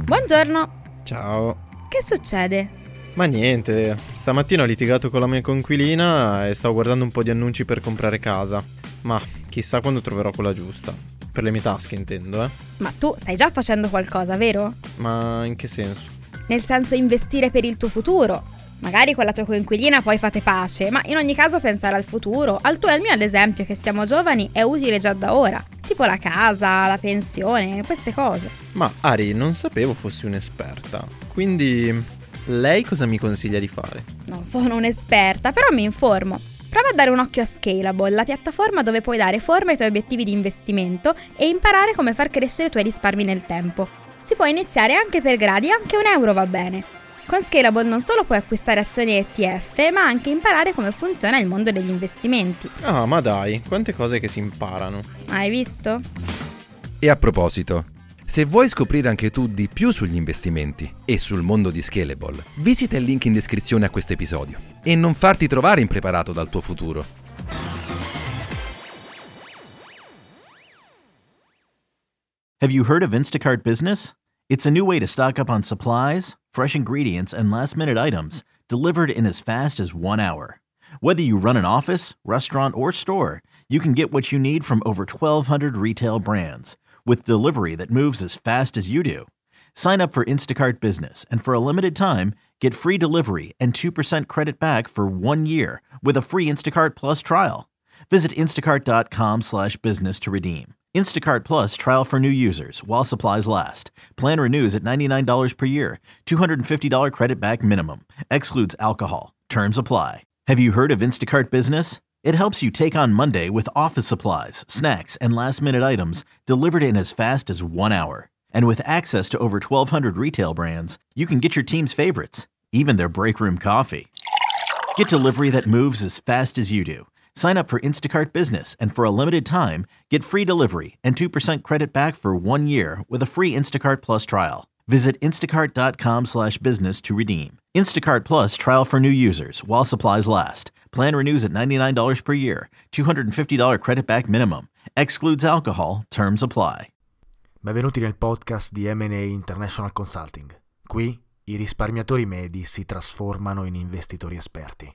Buongiorno. Ciao. Che succede? Ma niente, stamattina ho litigato con la mia coinquilina e stavo guardando un po' di annunci per comprare casa. Ma chissà quando troverò quella giusta. Per le mie tasche intendo, Ma tu stai già facendo qualcosa, vero? Ma in che senso? Nel senso investire per il tuo futuro. Magari con la tua coinquilina poi fate pace, ma in ogni caso pensare al futuro, al tuo e al mio ad esempio, che siamo giovani, è utile già da ora. Tipo la casa, la pensione, queste cose. Ma Ari, non sapevo fossi un'esperta. Quindi, lei cosa mi consiglia di fare? Non sono un'esperta, però mi informo. Prova a dare un occhio a Scalable, la piattaforma dove puoi dare forma ai tuoi obiettivi di investimento e imparare come far crescere i tuoi risparmi nel tempo. Si può iniziare anche per gradi, anche €1 va bene. Con Scalable non solo puoi acquistare azioni e ETF, ma anche imparare come funziona il mondo degli investimenti. Ah, ma dai, quante cose che si imparano. Hai visto? E a proposito, se vuoi scoprire anche tu di più sugli investimenti e sul mondo di Scalable, visita il link in descrizione a questo episodio e non farti trovare impreparato dal tuo futuro. Have you heard of Instacart Business? It's a new way to stock up on supplies, fresh ingredients, and last-minute items delivered in as fast as 1 hour. Whether you run an office, restaurant, or store, you can get what you need from over 1,200 retail brands with delivery that moves as fast as you do. Sign up for Instacart Business and for a limited time, get free delivery and 2% credit back for 1 year with a free Instacart Plus trial. Visit instacart.com/business to redeem. Instacart Plus trial for new users while supplies last. Plan renews at $99 per year. $250 credit back minimum. Excludes alcohol. Terms apply. Have you heard of Instacart Business? It helps you take on Monday with office supplies, snacks, and last-minute items delivered in as fast as 1 hour. And with access to over 1,200 retail brands, you can get your team's favorites, even their break room coffee. Get delivery that moves as fast as you do. Sign up for Instacart Business and for a limited time, get free delivery and 2% credit back for 1 year with a free Instacart Plus trial. Visit instacart.com/business to redeem. Instacart Plus trial for new users while supplies last. Plan renews at $99 per year. $250 credit back minimum. Excludes alcohol. Terms apply. Benvenuti nel podcast di M&A International Consulting. Qui i risparmiatori medi si trasformano in investitori esperti.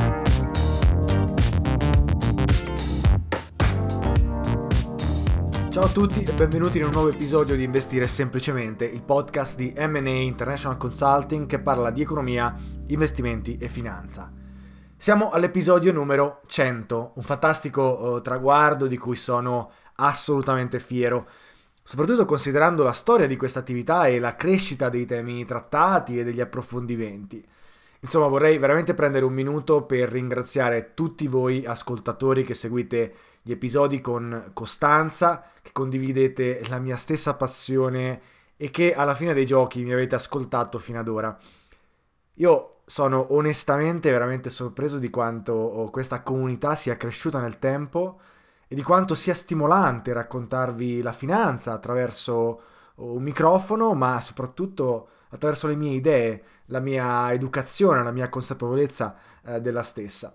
Ciao a tutti e benvenuti in un nuovo episodio di Investire Semplicemente, il podcast di M&A International Consulting che parla di economia, investimenti e finanza. Siamo all'episodio numero 100, un fantastico traguardo di cui sono assolutamente fiero, soprattutto considerando la storia di questa attività e la crescita dei temi trattati e degli approfondimenti. Insomma, vorrei veramente prendere un minuto per ringraziare tutti voi ascoltatori che seguite gli episodi con costanza, che condividete la mia stessa passione e che alla fine dei giochi mi avete ascoltato fino ad ora. Io sono onestamente veramente sorpreso di quanto questa comunità sia cresciuta nel tempo e di quanto sia stimolante raccontarvi la finanza attraverso un microfono, ma soprattutto attraverso le mie idee, la mia educazione, la mia consapevolezza della stessa.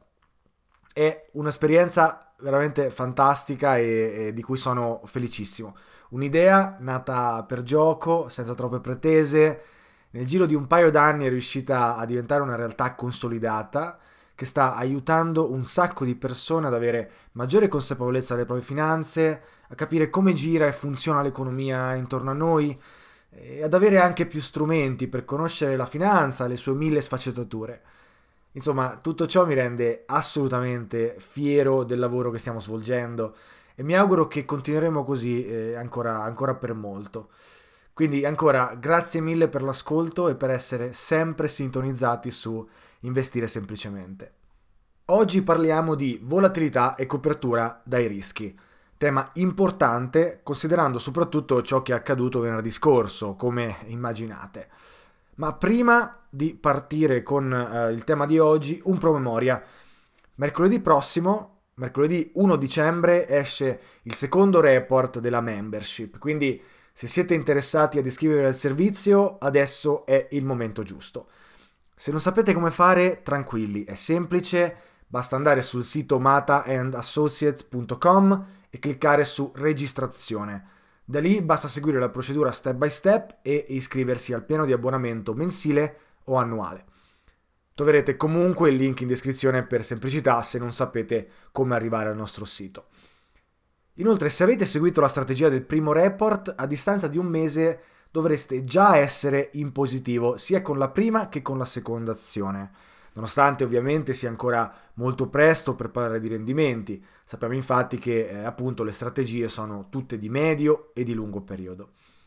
È un'esperienza veramente fantastica e di cui sono felicissimo. Un'idea nata per gioco, senza troppe pretese, nel giro di un paio d'anni è riuscita a diventare una realtà consolidata che sta aiutando un sacco di persone ad avere maggiore consapevolezza delle proprie finanze, a capire come gira e funziona l'economia intorno a noi, e ad avere anche più strumenti per conoscere la finanza, le sue 1000 sfaccettature. Insomma, tutto ciò mi rende assolutamente fiero del lavoro che stiamo svolgendo e mi auguro che continueremo così ancora per molto. Quindi ancora grazie mille per l'ascolto e per essere sempre sintonizzati su Investire Semplicemente. Oggi parliamo di volatilità e copertura dai rischi. Tema importante considerando soprattutto ciò che è accaduto venerdì scorso, come immaginate. Ma prima di partire con il tema di oggi, un promemoria. Mercoledì prossimo, mercoledì 1 dicembre, esce il secondo report della membership, quindi se siete interessati ad iscrivervi al servizio, adesso è il momento giusto. Se non sapete come fare, tranquilli, è semplice, basta andare sul sito mataandassociates.com e cliccare su registrazione. Da lì basta seguire la procedura step by step e iscriversi al piano di abbonamento mensile o annuale. Troverete comunque il link in descrizione per semplicità se non sapete come arrivare al nostro sito. Inoltre, se avete seguito la strategia del primo report, a distanza di un mese dovreste già essere in positivo sia con la prima che con la seconda azione. Nonostante ovviamente sia ancora molto presto per parlare di rendimenti, sappiamo infatti che appunto le strategie sono tutte di medio e di lungo periodo.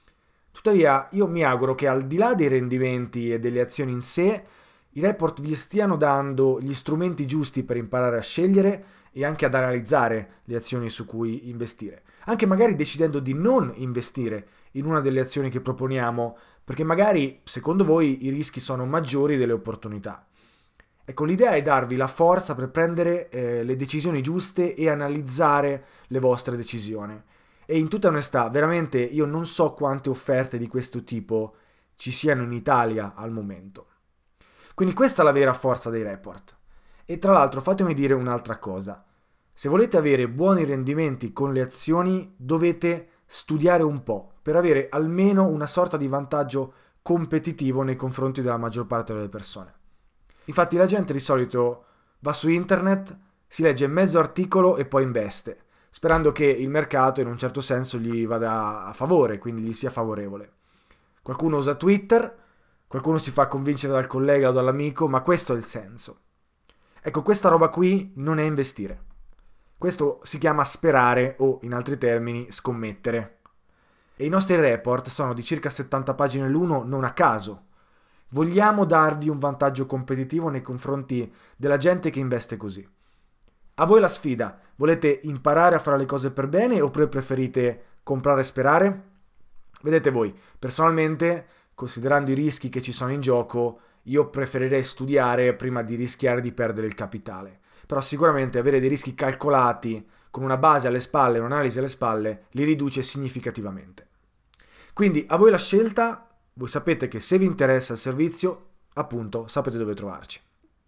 Tuttavia io mi auguro che al di là dei rendimenti e delle azioni in sé, i report vi stiano dando gli strumenti giusti per imparare a scegliere e anche ad analizzare le azioni su cui investire, anche magari decidendo di non investire in una delle azioni che proponiamo, perché magari secondo voi i rischi sono maggiori delle opportunità. Ecco, l'idea è darvi la forza per prendere le decisioni giuste e analizzare le vostre decisioni. E in tutta onestà, veramente io non so quante offerte di questo tipo ci siano in Italia al momento. Quindi questa è la vera forza dei report. E tra l'altro fatemi dire un'altra cosa. Se volete avere buoni rendimenti con le azioni, dovete studiare un po' per avere almeno una sorta di vantaggio competitivo nei confronti della maggior parte delle persone. Infatti la gente di solito va su internet, si legge mezzo articolo e poi investe, sperando che il mercato in un certo senso gli vada a favore, quindi gli sia favorevole. Qualcuno usa Twitter, qualcuno si fa convincere dal collega o dall'amico, ma questo è il senso. Ecco, questa roba qui non è investire. Questo si chiama sperare o, in altri termini, scommettere. E i nostri report sono di circa 70 pagine l'uno non a caso. Vogliamo darvi un vantaggio competitivo nei confronti della gente che investe così. A voi la sfida. Volete imparare a fare le cose per bene oppure preferite comprare e sperare? Vedete voi, personalmente, considerando i rischi che ci sono in gioco, io preferirei studiare prima di rischiare di perdere il capitale. Però sicuramente avere dei rischi calcolati con una base alle spalle, un'analisi alle spalle, li riduce significativamente. Quindi a voi la scelta, voi sapete che se vi interessa il servizio, appunto, sapete dove trovarci.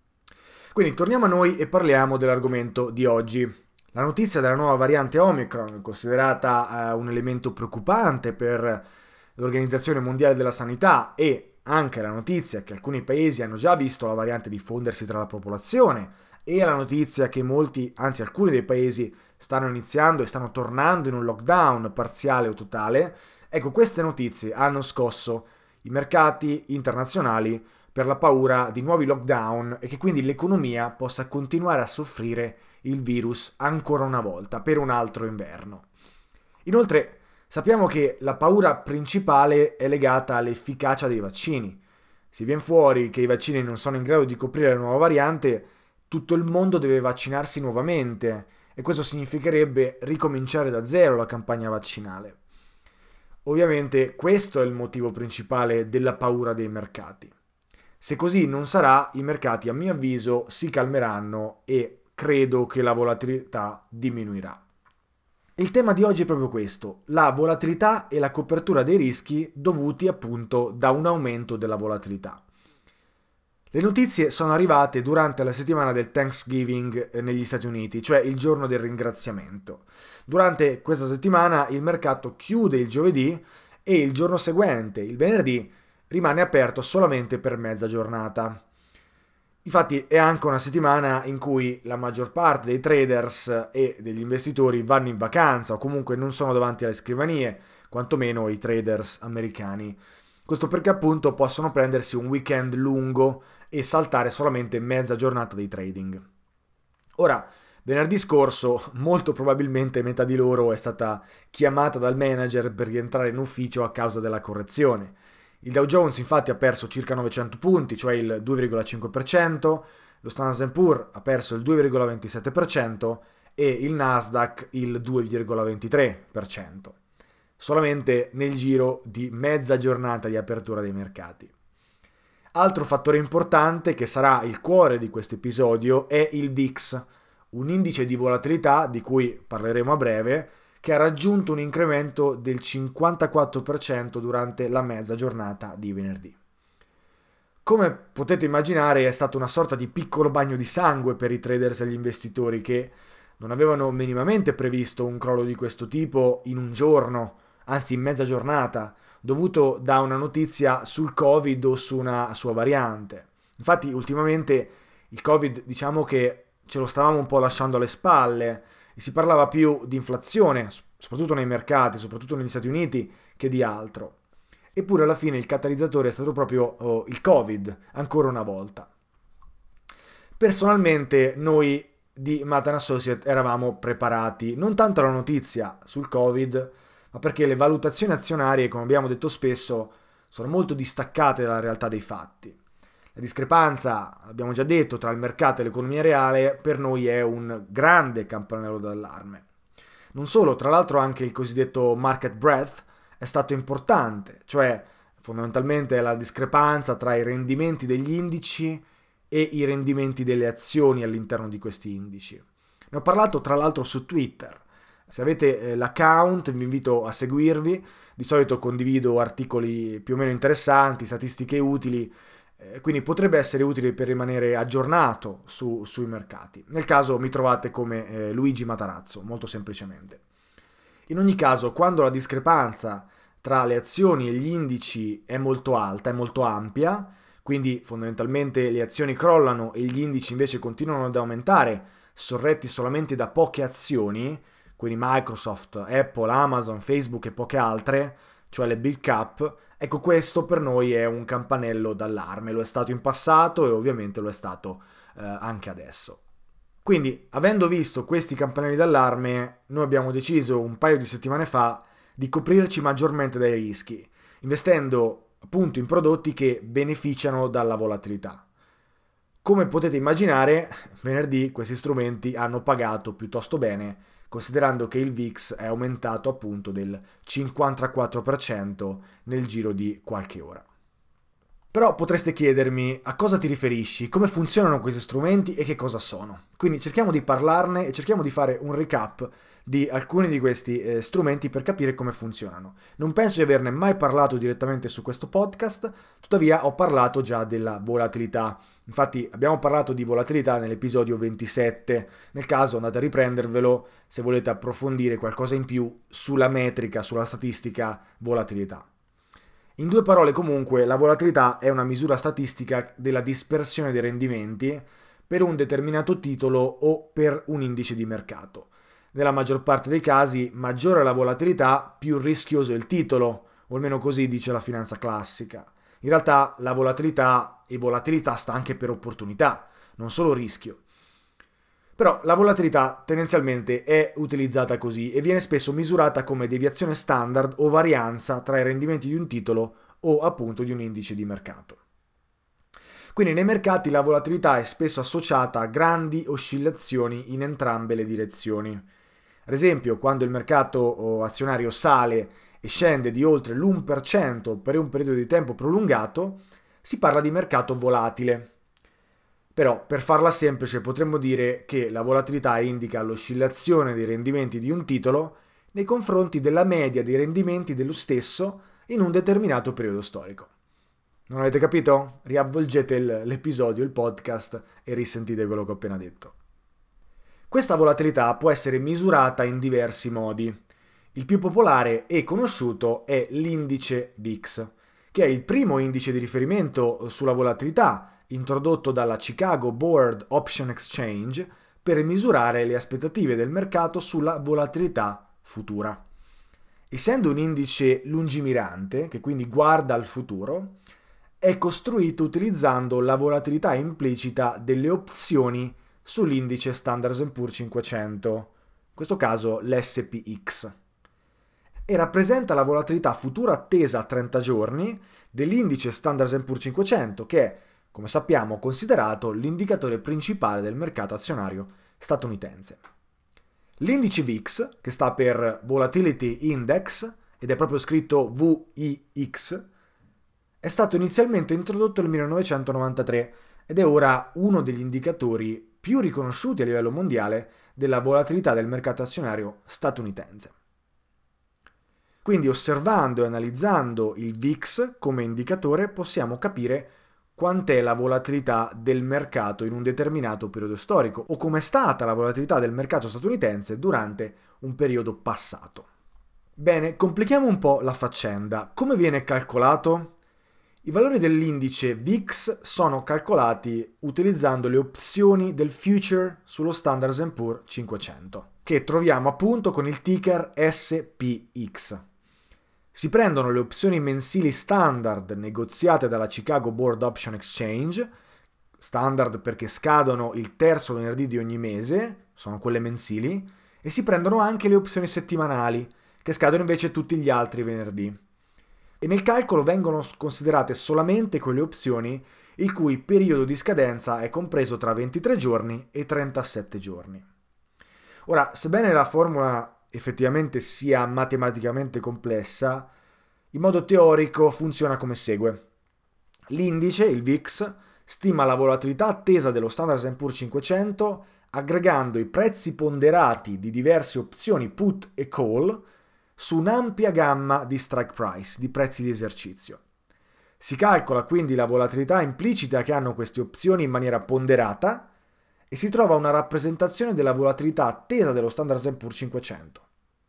Quindi torniamo a noi e parliamo dell'argomento di oggi. La notizia della nuova variante Omicron, considerata un elemento preoccupante per l'Organizzazione Mondiale della Sanità, e anche la notizia che alcuni paesi hanno già visto la variante diffondersi tra la popolazione, e la notizia che molti, anzi alcuni dei paesi stanno iniziando e stanno tornando in un lockdown parziale o totale, ecco, queste notizie hanno scosso i mercati internazionali per la paura di nuovi lockdown e che quindi l'economia possa continuare a soffrire il virus ancora una volta per un altro inverno. Inoltre sappiamo che la paura principale è legata all'efficacia dei vaccini. Se viene fuori che i vaccini non sono in grado di coprire la nuova variante, tutto il mondo deve vaccinarsi nuovamente e questo significherebbe ricominciare da zero la campagna vaccinale. Ovviamente questo è il motivo principale della paura dei mercati. Se così non sarà, i mercati a mio avviso si calmeranno e credo che la volatilità diminuirà. Il tema di oggi è proprio questo, la volatilità e la copertura dei rischi dovuti appunto da un aumento della volatilità. Le notizie sono arrivate durante la settimana del Thanksgiving negli Stati Uniti, cioè il giorno del ringraziamento. Durante questa settimana il mercato chiude il giovedì e il giorno seguente, il venerdì, rimane aperto solamente per mezza giornata. Infatti è anche una settimana in cui la maggior parte dei traders e degli investitori vanno in vacanza o comunque non sono davanti alle scrivanie, quantomeno i traders americani. Questo perché appunto possono prendersi un weekend lungo e saltare solamente mezza giornata di trading. Ora, venerdì scorso molto probabilmente metà di loro è stata chiamata dal manager per rientrare in ufficio a causa della correzione. Il Dow Jones infatti ha perso circa 900 punti, cioè il 2,5%, lo Standard & Poor's ha perso il 2,27% e il Nasdaq il 2,23%, solamente nel giro di mezza giornata di apertura dei mercati. Altro fattore importante che sarà il cuore di questo episodio è il VIX, un indice di volatilità di cui parleremo a breve, che ha raggiunto un incremento del 54% durante la mezza giornata di venerdì. Come potete immaginare è stato una sorta di piccolo bagno di sangue per i traders e gli investitori che non avevano minimamente previsto un crollo di questo tipo in un giorno, anzi in mezza giornata, dovuto da una notizia sul Covid o su una sua variante. Infatti ultimamente il Covid diciamo che ce lo stavamo un po' lasciando alle spalle e si parlava più di inflazione, soprattutto nei mercati, soprattutto negli Stati Uniti, che di altro. Eppure alla fine il catalizzatore è stato proprio il Covid, ancora una volta. Personalmente noi di Matan Associate eravamo preparati non tanto alla notizia sul Covid, ma perché le valutazioni azionarie, come abbiamo detto spesso, sono molto distaccate dalla realtà dei fatti. La discrepanza, abbiamo già detto, tra il mercato e l'economia reale per noi è un grande campanello d'allarme. Non solo, tra l'altro anche il cosiddetto market breadth è stato importante, cioè fondamentalmente la discrepanza tra i rendimenti degli indici e i rendimenti delle azioni all'interno di questi indici. Ne ho parlato tra l'altro su Twitter. Se avete l'account vi invito a seguirvi, di solito condivido articoli più o meno interessanti, statistiche utili, quindi potrebbe essere utile per rimanere aggiornato sui mercati. Nel caso mi trovate come Luigi Matarazzo, molto semplicemente. In ogni caso, quando la discrepanza tra le azioni e gli indici è molto alta, è molto ampia, quindi fondamentalmente le azioni crollano e gli indici invece continuano ad aumentare, sorretti solamente da poche azioni, quindi Microsoft, Apple, Amazon, Facebook e poche altre, cioè le big cap, ecco questo per noi è un campanello d'allarme, lo è stato in passato e ovviamente lo è stato anche adesso. Quindi, avendo visto questi campanelli d'allarme, noi abbiamo deciso un paio di settimane fa di coprirci maggiormente dai rischi, investendo appunto in prodotti che beneficiano dalla volatilità. Come potete immaginare, venerdì questi strumenti hanno pagato piuttosto bene, considerando che il VIX è aumentato appunto del 54% nel giro di qualche ora. Però potreste chiedermi a cosa ti riferisci, come funzionano questi strumenti e che cosa sono. Quindi cerchiamo di parlarne e cerchiamo di fare un recap di alcuni di questi strumenti per capire come funzionano. Non penso di averne mai parlato direttamente su questo podcast, tuttavia ho parlato già della volatilità. Infatti abbiamo parlato di volatilità nell'episodio 27, nel caso andate a riprendervelo se volete approfondire qualcosa in più sulla metrica, sulla statistica volatilità. In due parole comunque, la volatilità è una misura statistica della dispersione dei rendimenti per un determinato titolo o per un indice di mercato. Nella maggior parte dei casi, maggiore è la volatilità, più rischioso è il titolo, o almeno così dice la finanza classica. In realtà la volatilità sta anche per opportunità, non solo rischio. Però la volatilità tendenzialmente è utilizzata così e viene spesso misurata come deviazione standard o varianza tra i rendimenti di un titolo o appunto di un indice di mercato. Quindi nei mercati la volatilità è spesso associata a grandi oscillazioni in entrambe le direzioni. Ad esempio, quando il mercato azionario sale e scende di oltre l'1% per un periodo di tempo prolungato, si parla di mercato volatile. Però, per farla semplice, potremmo dire che la volatilità indica l'oscillazione dei rendimenti di un titolo nei confronti della media dei rendimenti dello stesso in un determinato periodo storico. Non avete capito? Riavvolgete l'episodio, il podcast e risentite quello che ho appena detto. Questa volatilità può essere misurata in diversi modi. Il più popolare e conosciuto è l'indice VIX, che è il primo indice di riferimento sulla volatilità introdotto dalla Chicago Board Option Exchange per misurare le aspettative del mercato sulla volatilità futura. Essendo un indice lungimirante, che quindi guarda al futuro, è costruito utilizzando la volatilità implicita delle opzioni sull'indice Standard & Poor's 500, in questo caso l'SPX, e rappresenta la volatilità futura attesa a 30 giorni dell'indice Standard & Poor's 500, che è, come sappiamo, considerato l'indicatore principale del mercato azionario statunitense. L'indice VIX, che sta per Volatility Index, ed è proprio scritto VIX, è stato inizialmente introdotto nel 1993 ed è ora uno degli indicatori più riconosciuti a livello mondiale della volatilità del mercato azionario statunitense. Quindi osservando e analizzando il VIX come indicatore possiamo capire quant'è la volatilità del mercato in un determinato periodo storico o com'è stata la volatilità del mercato statunitense durante un periodo passato. Bene, complichiamo un po' la faccenda. Come viene calcolato? I valori dell'indice VIX sono calcolati utilizzando le opzioni del future sullo Standard & Poor's 500, che troviamo appunto con il ticker SPX. Si prendono le opzioni mensili standard negoziate dalla Chicago Board Option Exchange, standard perché scadono il terzo venerdì di ogni mese, sono quelle mensili, e si prendono anche le opzioni settimanali, che scadono invece tutti gli altri venerdì. E nel calcolo vengono considerate solamente quelle opzioni il cui periodo di scadenza è compreso tra 23 giorni e 37 giorni. Ora, sebbene la formula effettivamente sia matematicamente complessa, in modo teorico funziona come segue. L'indice, il VIX, stima la volatilità attesa dello Standard & Poor's 500 aggregando i prezzi ponderati di diverse opzioni put e call su un'ampia gamma di strike price, di prezzi di esercizio. Si calcola quindi la volatilità implicita che hanno queste opzioni in maniera ponderata e si trova una rappresentazione della volatilità attesa dello Standard & Poor's 500.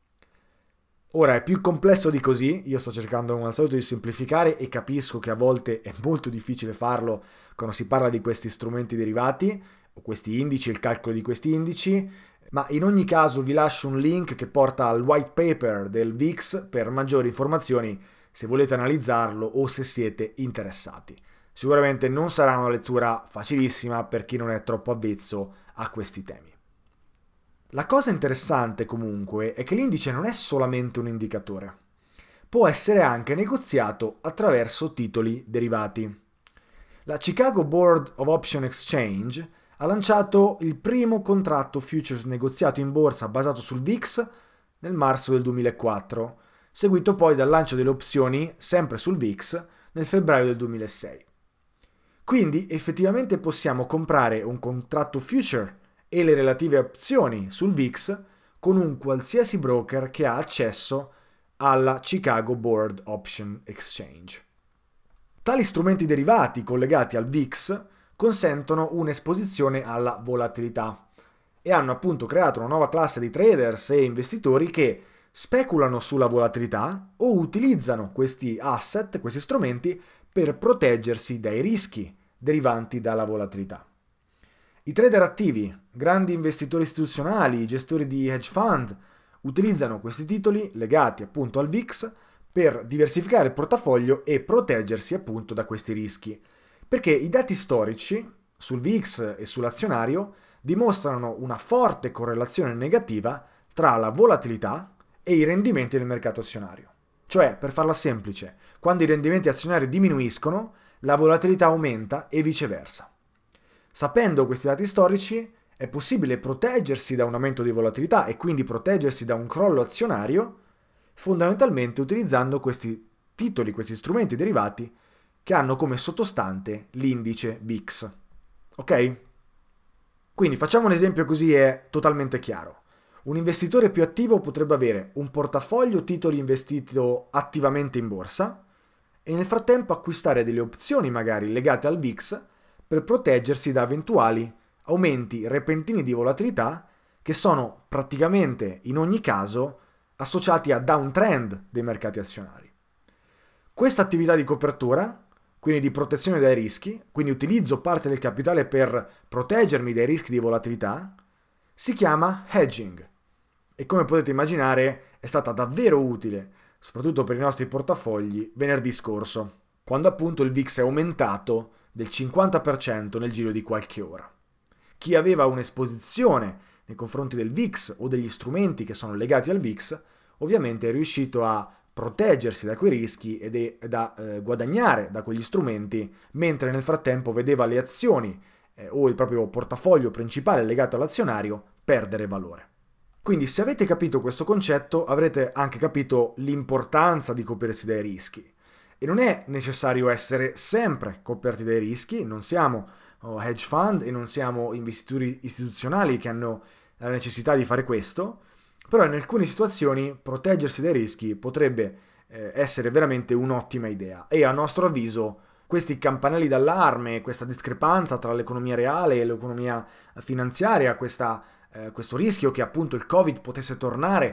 Ora è più complesso di così, io sto cercando come al solito di semplificare e capisco che a volte è molto difficile farlo quando si parla di questi strumenti derivati o questi indici, il calcolo di questi indici, ma in ogni caso vi lascio un link che porta al white paper del VIX per maggiori informazioni se volete analizzarlo o se siete interessati. Sicuramente non sarà una lettura facilissima per chi non è troppo avvezzo a questi temi. La cosa interessante comunque è che l'indice non è solamente un indicatore, può essere anche negoziato attraverso titoli derivati. La Chicago Board of Option Exchange ha lanciato il primo contratto futures negoziato in borsa basato sul VIX nel marzo del 2004, seguito poi dal lancio delle opzioni sempre sul VIX nel febbraio del 2006. Quindi effettivamente possiamo comprare un contratto future e le relative opzioni sul VIX con un qualsiasi broker che ha accesso alla Chicago Board Option Exchange. Tali strumenti derivati collegati al VIX consentono un'esposizione alla volatilità e hanno appunto creato una nuova classe di traders e investitori che speculano sulla volatilità o utilizzano questi asset, questi strumenti, per proteggersi dai rischi derivanti dalla volatilità. I trader attivi, grandi investitori istituzionali, gestori di hedge fund, utilizzano questi titoli legati appunto al VIX per diversificare il portafoglio e proteggersi appunto da questi rischi. Perché i dati storici sul VIX e sull'azionario dimostrano una forte correlazione negativa tra la volatilità e i rendimenti del mercato azionario. Cioè, per farla semplice, quando i rendimenti azionari diminuiscono, la volatilità aumenta e viceversa. Sapendo questi dati storici, è possibile proteggersi da un aumento di volatilità e quindi proteggersi da un crollo azionario, fondamentalmente utilizzando questi titoli, questi strumenti derivati che hanno come sottostante l'indice VIX. Ok? Quindi facciamo un esempio così è totalmente chiaro. Un investitore più attivo potrebbe avere un portafoglio titoli investito attivamente in borsa e nel frattempo acquistare delle opzioni magari legate al VIX per proteggersi da eventuali aumenti repentini di volatilità che sono praticamente in ogni caso associati a downtrend dei mercati azionari. Questa attività di copertura, quindi di protezione dai rischi, quindi utilizzo parte del capitale per proteggermi dai rischi di volatilità, si chiama hedging e come potete immaginare è stata davvero utile, soprattutto per i nostri portafogli, venerdì scorso, quando appunto il VIX è aumentato del 50% nel giro di qualche ora. Chi aveva un'esposizione nei confronti del VIX o degli strumenti che sono legati al VIX, ovviamente è riuscito a proteggersi da quei rischi e da guadagnare da quegli strumenti, mentre nel frattempo vedeva le azioni o il proprio portafoglio principale legato all'azionario perdere valore. Quindi se avete capito questo concetto avrete anche capito l'importanza di coprirsi dai rischi. E non è necessario essere sempre coperti dai rischi, non siamo hedge fund e non siamo investitori istituzionali che hanno la necessità di fare questo, però in alcune situazioni proteggersi dai rischi potrebbe essere veramente un'ottima idea e a nostro avviso questi campanelli d'allarme, questa discrepanza tra l'economia reale e l'economia finanziaria, questo rischio che appunto il Covid potesse tornare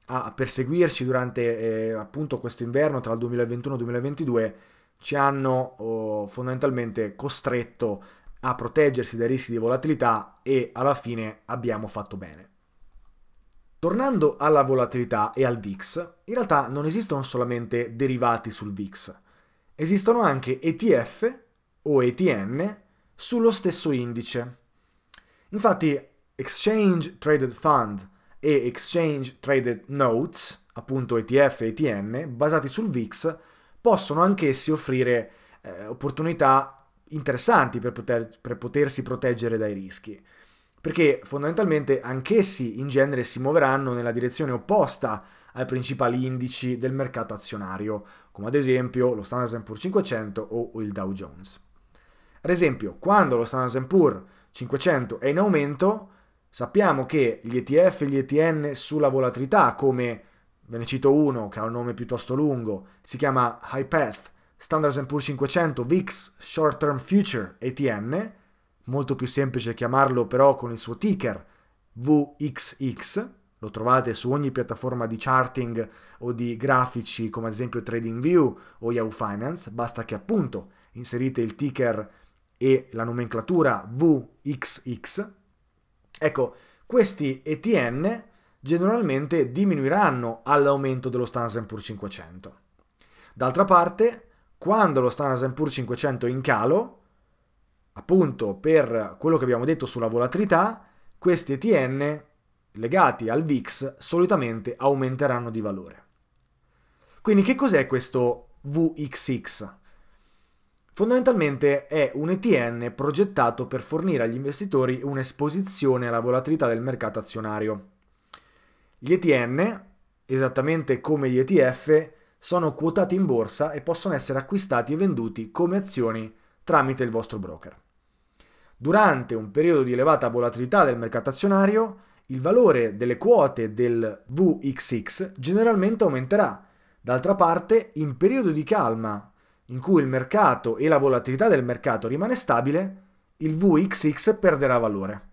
a perseguirci durante appunto questo inverno tra il 2021 e il 2022 ci hanno fondamentalmente costretto a proteggersi dai rischi di volatilità e alla fine abbiamo fatto bene. Tornando alla volatilità e al VIX, in realtà non esistono solamente derivati sul VIX, esistono anche ETF o ETN sullo stesso indice. Infatti Exchange Traded Fund e Exchange Traded Notes, appunto ETF e ETN, basati sul VIX, possono anch'essi offrire opportunità interessanti per potersi proteggere dai rischi, perché fondamentalmente anch'essi in genere si muoveranno nella direzione opposta ai principali indici del mercato azionario, come ad esempio lo Standard & Poor's 500 o il Dow Jones. Ad esempio, quando lo Standard & Poor's 500 è in aumento, sappiamo che gli ETF e gli ETN sulla volatilità, come ve ne cito uno che ha un nome piuttosto lungo, si chiama HighPath Standard & Poor's 500 VIX Short Term Future ETN, molto più semplice chiamarlo però con il suo ticker VXX, lo trovate su ogni piattaforma di charting o di grafici come ad esempio TradingView o Yahoo Finance, basta che appunto inserite il ticker e la nomenclatura VXX. Ecco, questi ETN generalmente diminuiranno all'aumento dello Standard & Poor's 500. D'altra parte, quando lo Standard & Poor's 500 è in calo, appunto per quello che abbiamo detto sulla volatilità, questi ETN legati al VIX solitamente aumenteranno di valore. Quindi che cos'è questo VXX? Fondamentalmente è un ETN progettato per fornire agli investitori un'esposizione alla volatilità del mercato azionario. Gli ETN, esattamente come gli ETF, sono quotati in borsa e possono essere acquistati e venduti come azioni tramite il vostro broker. Durante un periodo di elevata volatilità del mercato azionario, il valore delle quote del VXX generalmente aumenterà. D'altra parte, in periodo di calma, in cui il mercato e la volatilità del mercato rimane stabile, il VXX perderà valore.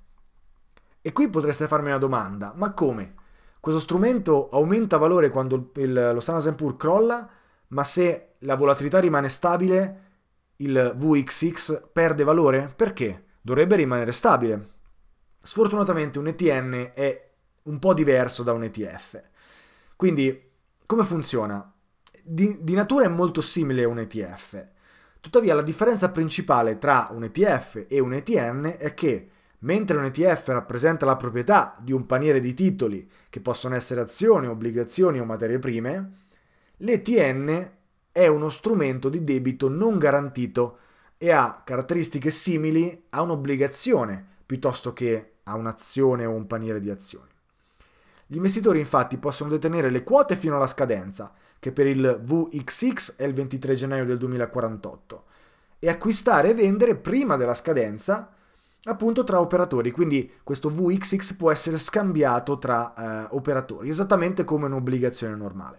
E qui potreste farmi una domanda, ma come? Questo strumento aumenta valore quando lo Standard & Poor's crolla, ma se la volatilità rimane stabile, il VXX perde valore? Perché? Dovrebbe rimanere stabile. Sfortunatamente un ETN è un po' diverso da un ETF. Quindi, come funziona? Di natura è molto simile a un ETF. Tuttavia, la differenza principale tra un ETF e un ETN è che, mentre un ETF rappresenta la proprietà di un paniere di titoli che possono essere azioni, obbligazioni o materie prime, l'ETN è uno strumento di debito non garantito e ha caratteristiche simili a un'obbligazione piuttosto che a un'azione o un paniere di azioni. Gli investitori infatti possono detenere le quote fino alla scadenza, che per il VXX è il 23 gennaio del 2048, e acquistare e vendere prima della scadenza appunto tra operatori, quindi questo VXX può essere scambiato tra operatori, esattamente come un'obbligazione normale.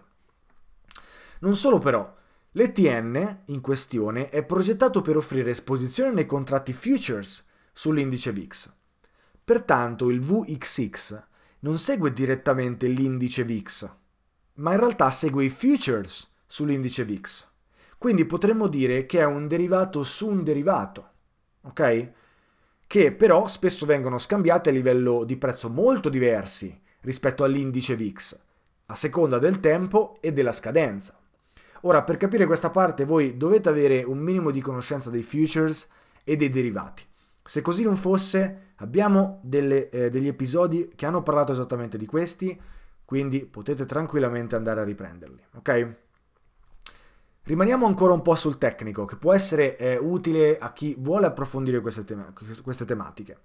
Non solo però, l'ETN in questione è progettato per offrire esposizione nei contratti futures sull'indice VIX. Pertanto il VXX non segue direttamente l'indice VIX, ma in realtà segue i futures sull'indice VIX. Quindi potremmo dire che è un derivato su un derivato, ok? Che però spesso vengono scambiati a livello di prezzo molto diversi rispetto all'indice VIX, a seconda del tempo e della scadenza. Ora, per capire questa parte voi dovete avere un minimo di conoscenza dei futures e dei derivati. Se così non fosse, abbiamo degli episodi che hanno parlato esattamente di questi, quindi potete tranquillamente andare a riprenderli, ok? Rimaniamo ancora un po' sul tecnico, che può essere utile a chi vuole approfondire queste tematiche.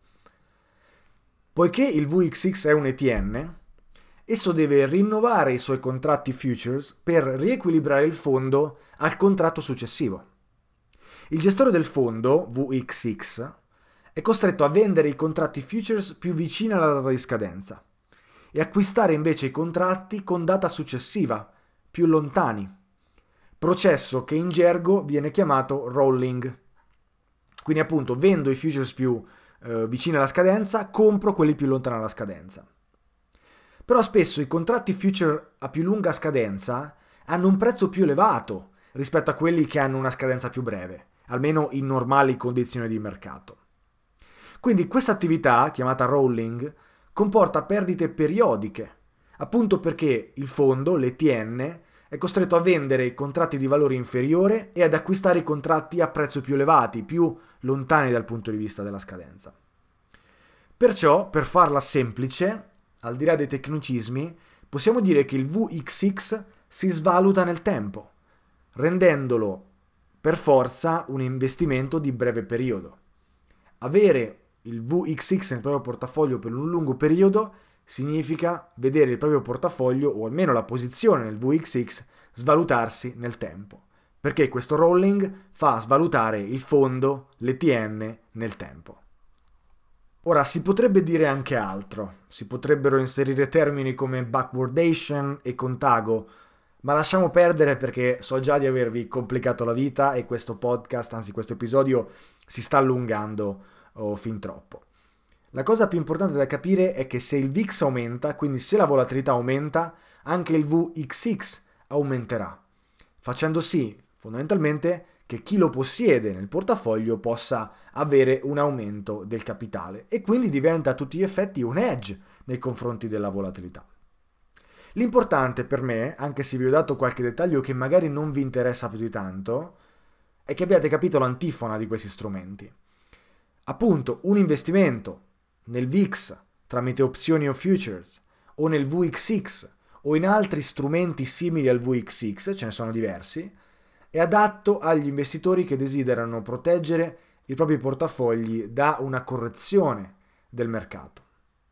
Poiché il VXX è un ETN, esso deve rinnovare i suoi contratti futures per riequilibrare il fondo al contratto successivo. Il gestore del fondo, VXX, è costretto a vendere i contratti futures più vicini alla data di scadenza e acquistare invece i contratti con data successiva, più lontani, processo che in gergo viene chiamato rolling. Quindi appunto vendo i futures più vicini alla scadenza, compro quelli più lontani alla scadenza. Però spesso i contratti future a più lunga scadenza hanno un prezzo più elevato rispetto a quelli che hanno una scadenza più breve, almeno in normali condizioni di mercato. Quindi questa attività, chiamata rolling, comporta perdite periodiche, appunto perché il fondo, l'ETN, è costretto a vendere i contratti di valore inferiore e ad acquistare i contratti a prezzo più elevati, più lontani dal punto di vista della scadenza. Perciò, per farla semplice, al di là dei tecnicismi, possiamo dire che il VXX si svaluta nel tempo, rendendolo per forza un investimento di breve periodo. Avere il VXX nel proprio portafoglio per un lungo periodo significa vedere il proprio portafoglio, o almeno la posizione nel VXX, svalutarsi nel tempo, perché questo rolling fa svalutare il fondo, l'ETN, nel tempo. Ora, si potrebbe dire anche altro, si potrebbero inserire termini come backwardation e contago, ma lasciamo perdere perché so già di avervi complicato la vita e questo podcast, anzi questo episodio, si sta allungando fin troppo. La cosa più importante da capire è che se il VIX aumenta, quindi se la volatilità aumenta, anche il VXX aumenterà, facendo sì, fondamentalmente, che chi lo possiede nel portafoglio possa avere un aumento del capitale e quindi diventa a tutti gli effetti un hedge nei confronti della volatilità. L'importante per me, anche se vi ho dato qualche dettaglio che magari non vi interessa più di tanto, è che abbiate capito l'antifona di questi strumenti. Appunto, un investimento nel VIX tramite opzioni o futures o nel VXX o in altri strumenti simili al VXX, ce ne sono diversi, è adatto agli investitori che desiderano proteggere i propri portafogli da una correzione del mercato.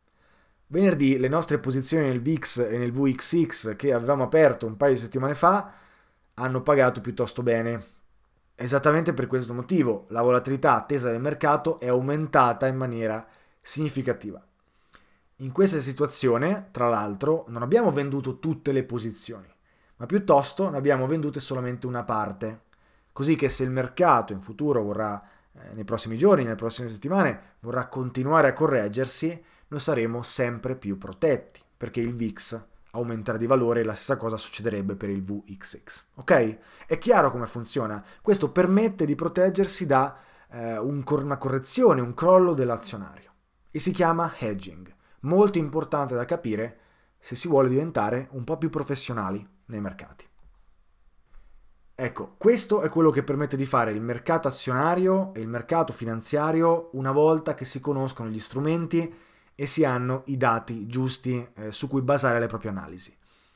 Venerdì le nostre posizioni nel VIX e nel VXX che avevamo aperto un paio di settimane fa hanno pagato piuttosto bene. Esattamente per questo motivo la volatilità attesa del mercato è aumentata in maniera significativa. In questa situazione, tra l'altro, non abbiamo venduto tutte le posizioni, ma piuttosto ne abbiamo vendute solamente una parte, così che se il mercato in futuro vorrà, nei prossimi giorni, nelle prossime settimane, vorrà continuare a correggersi, noi saremo sempre più protetti, perché il VIX aumenterà di valore e la stessa cosa succederebbe per il VXX. Ok? È chiaro come funziona? Questo permette di proteggersi da una correzione, un crollo dell'azionario e si chiama hedging, molto importante da capire se si vuole diventare un po' più professionali nei mercati. Ecco, questo è quello che permette di fare il mercato azionario e il mercato finanziario una volta che si conoscono gli strumenti e si hanno i dati giusti su cui basare le proprie analisi.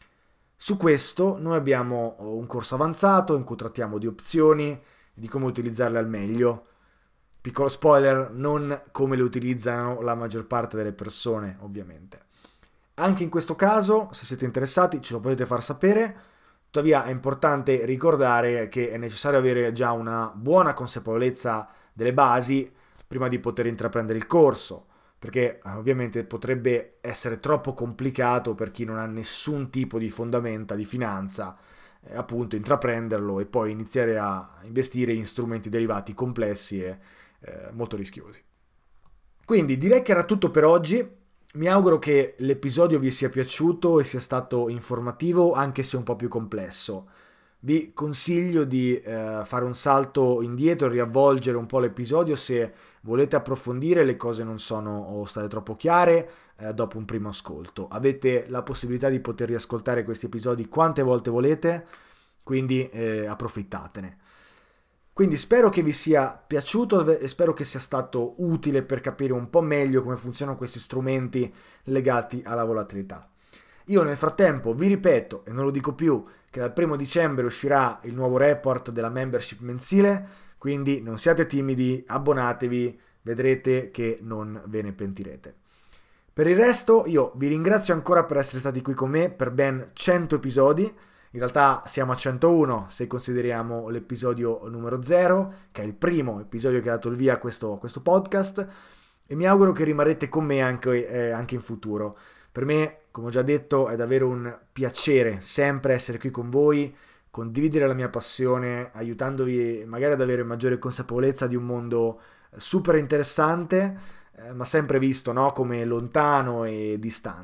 Su questo noi abbiamo un corso avanzato in cui trattiamo di opzioni, di come utilizzarle al meglio. Piccolo spoiler, non come le utilizzano la maggior parte delle persone, ovviamente. Anche in questo caso, se siete interessati, ce lo potete far sapere. Tuttavia è importante ricordare che è necessario avere già una buona consapevolezza delle basi prima di poter intraprendere il corso, perché ovviamente potrebbe essere troppo complicato per chi non ha nessun tipo di fondamenta di finanza, appunto intraprenderlo e poi iniziare a investire in strumenti derivati complessi e molto rischiosi. Quindi direi che era tutto per oggi. Mi auguro che l'episodio vi sia piaciuto e sia stato informativo, anche se un po' più complesso. Vi consiglio di fare un salto indietro, riavvolgere un po' l'episodio se volete approfondire, le cose non sono o state troppo chiare dopo un primo ascolto. Avete la possibilità di poter riascoltare questi episodi quante volte volete, quindi approfittatene. Quindi spero che vi sia piaciuto e spero che sia stato utile per capire un po' meglio come funzionano questi strumenti legati alla volatilità. Io nel frattempo vi ripeto, e non lo dico più, che dal 1 dicembre uscirà il nuovo report della membership mensile, quindi non siate timidi, abbonatevi, vedrete che non ve ne pentirete. Per il resto io vi ringrazio ancora per essere stati qui con me per ben 100 episodi. In realtà siamo a 101 se consideriamo l'episodio numero 0, che è il primo episodio che ha dato il via a questo podcast, e mi auguro che rimarrete con me anche in futuro. Per me, come ho già detto, è davvero un piacere sempre essere qui con voi, condividere la mia passione, aiutandovi magari ad avere maggiore consapevolezza di un mondo super interessante, ma sempre visto, no, come lontano e distante.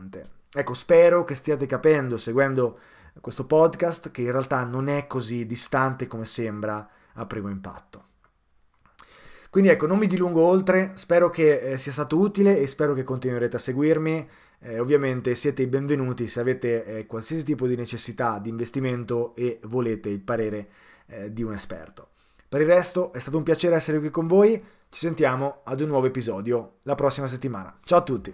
Ecco, spero che stiate capendo, seguendo questo podcast, che in realtà non è così distante come sembra a primo impatto. Quindi ecco, non mi dilungo oltre, spero che sia stato utile e spero che continuerete a seguirmi. Ovviamente siete i benvenuti se avete qualsiasi tipo di necessità di investimento e volete il parere di un esperto. Per il resto è stato un piacere essere qui con voi, ci sentiamo ad un nuovo episodio la prossima settimana. Ciao a tutti!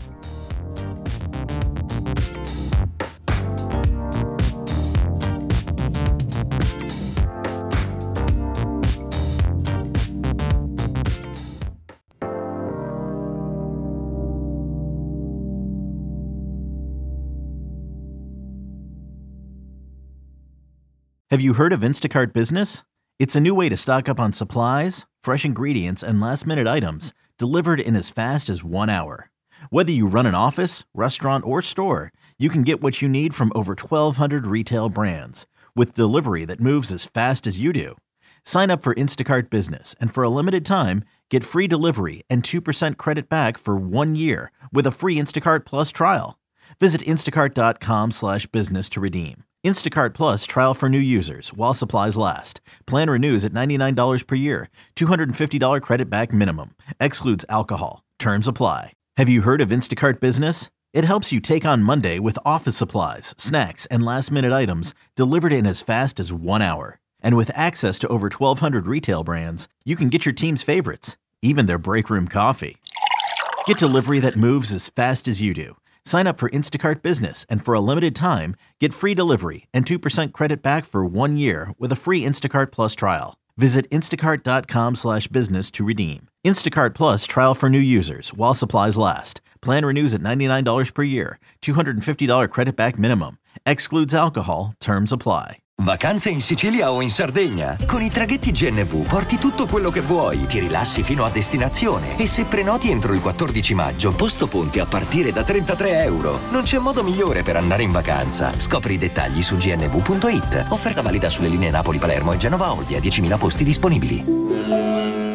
Have you heard of Instacart Business? It's a new way to stock up on supplies, fresh ingredients, and last-minute items delivered in as fast as 1 hour. Whether you run an office, restaurant, or store, you can get what you need from over 1,200 retail brands with delivery that moves as fast as you do. Sign up for Instacart Business, and for a limited time, get free delivery and 2% credit back for 1 year with a free Instacart Plus trial. Visit instacart.com/business to redeem. Instacart Plus trial for new users while supplies last. Plan renews at $99 per year. $250 credit back minimum. Excludes alcohol. Terms apply. Have you heard of Instacart Business? It helps you take on Monday with office supplies, snacks, and last-minute items delivered in as fast as 1 hour. And with access to over 1,200 retail brands, you can get your team's favorites, even their break room coffee. Get delivery that moves as fast as you do. Sign up for Instacart Business, and for a limited time, get free delivery and 2% credit back for 1 year with a free Instacart Plus trial. Visit instacart.com/business to redeem. Instacart Plus trial for new users while supplies last. Plan renews at $99 per year. $250 credit back minimum. Excludes alcohol. Terms apply. Vacanze in Sicilia o in Sardegna? Con i traghetti GNV porti tutto quello che vuoi, ti rilassi fino a destinazione e se prenoti entro il 14 maggio, posto ponti a partire da €33. Non c'è modo migliore per andare in vacanza. Scopri i dettagli su gnv.it. Offerta valida sulle linee Napoli-Palermo e Genova-Olbia, 10.000 posti disponibili.